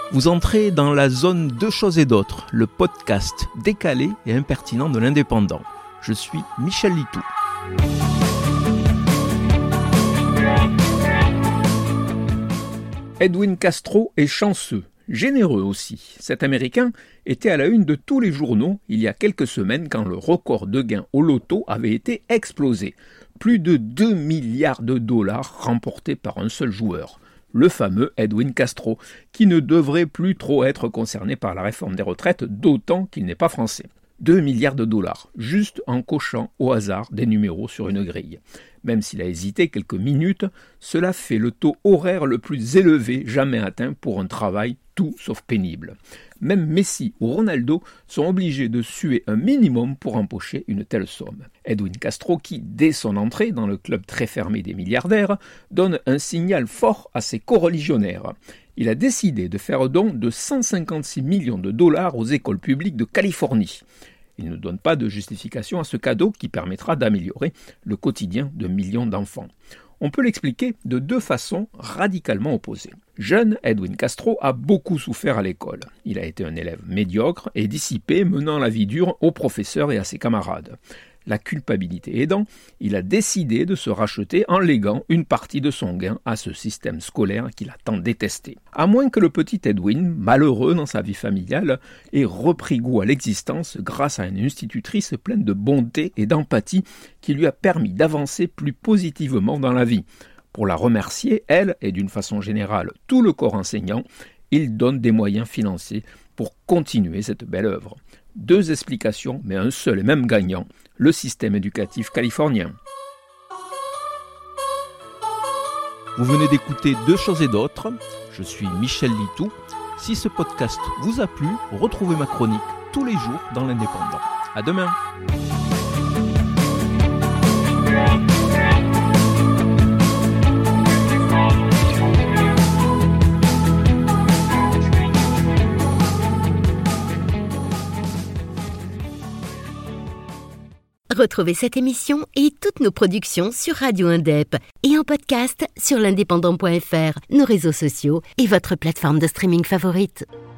Vous entrez dans la zone Deux choses et d'autres, le podcast décalé et impertinent de l'Indépendant. Je suis Michel Litou. Edwin Castro est chanceux, généreux aussi. Cet Américain était à la une de tous les journaux il y a quelques semaines quand le record de gains au loto avait été explosé. Plus de 2 milliards de dollars remportés par un seul joueur. Le fameux Edwin Castro, qui ne devrait plus trop être concerné par la réforme des retraites, d'autant qu'il n'est pas français. 2 milliards de dollars, juste en cochant au hasard des numéros sur une grille. Même s'il a hésité quelques minutes, cela fait le taux horaire le plus élevé jamais atteint pour un travail tout sauf pénible. Même Messi ou Ronaldo sont obligés de suer un minimum pour empocher une telle somme. Edwin Castro, qui, dès son entrée dans le club très fermé des milliardaires, donne un signal fort à ses coreligionnaires. Il a décidé de faire don de 156 millions de dollars aux écoles publiques de Californie. Il ne donne pas de justification à ce cadeau qui permettra d'améliorer le quotidien de millions d'enfants. On peut l'expliquer de deux façons radicalement opposées. Jeune, Edwin Castro a beaucoup souffert à l'école. Il a été un élève médiocre et dissipé, menant la vie dure aux professeurs et à ses camarades. La culpabilité aidant, il a décidé de se racheter en léguant une partie de son gain à ce système scolaire qu'il a tant détesté. À moins que le petit Edwin, malheureux dans sa vie familiale, ait repris goût à l'existence grâce à une institutrice pleine de bonté et d'empathie qui lui a permis d'avancer plus positivement dans la vie. Pour la remercier, elle, et d'une façon générale tout le corps enseignant, il donne des moyens financiers pour continuer cette belle œuvre. Deux explications, mais un seul et même gagnant, le système éducatif californien. Vous venez d'écouter Deux choses et d'autres. Je suis Michel Litou. Si ce podcast vous a plu, retrouvez ma chronique tous les jours dans l'Indépendant. À demain. Retrouvez cette émission et toutes nos productions sur Radio Indep et en podcast sur l'indépendant.fr, nos réseaux sociaux et votre plateforme de streaming favorite.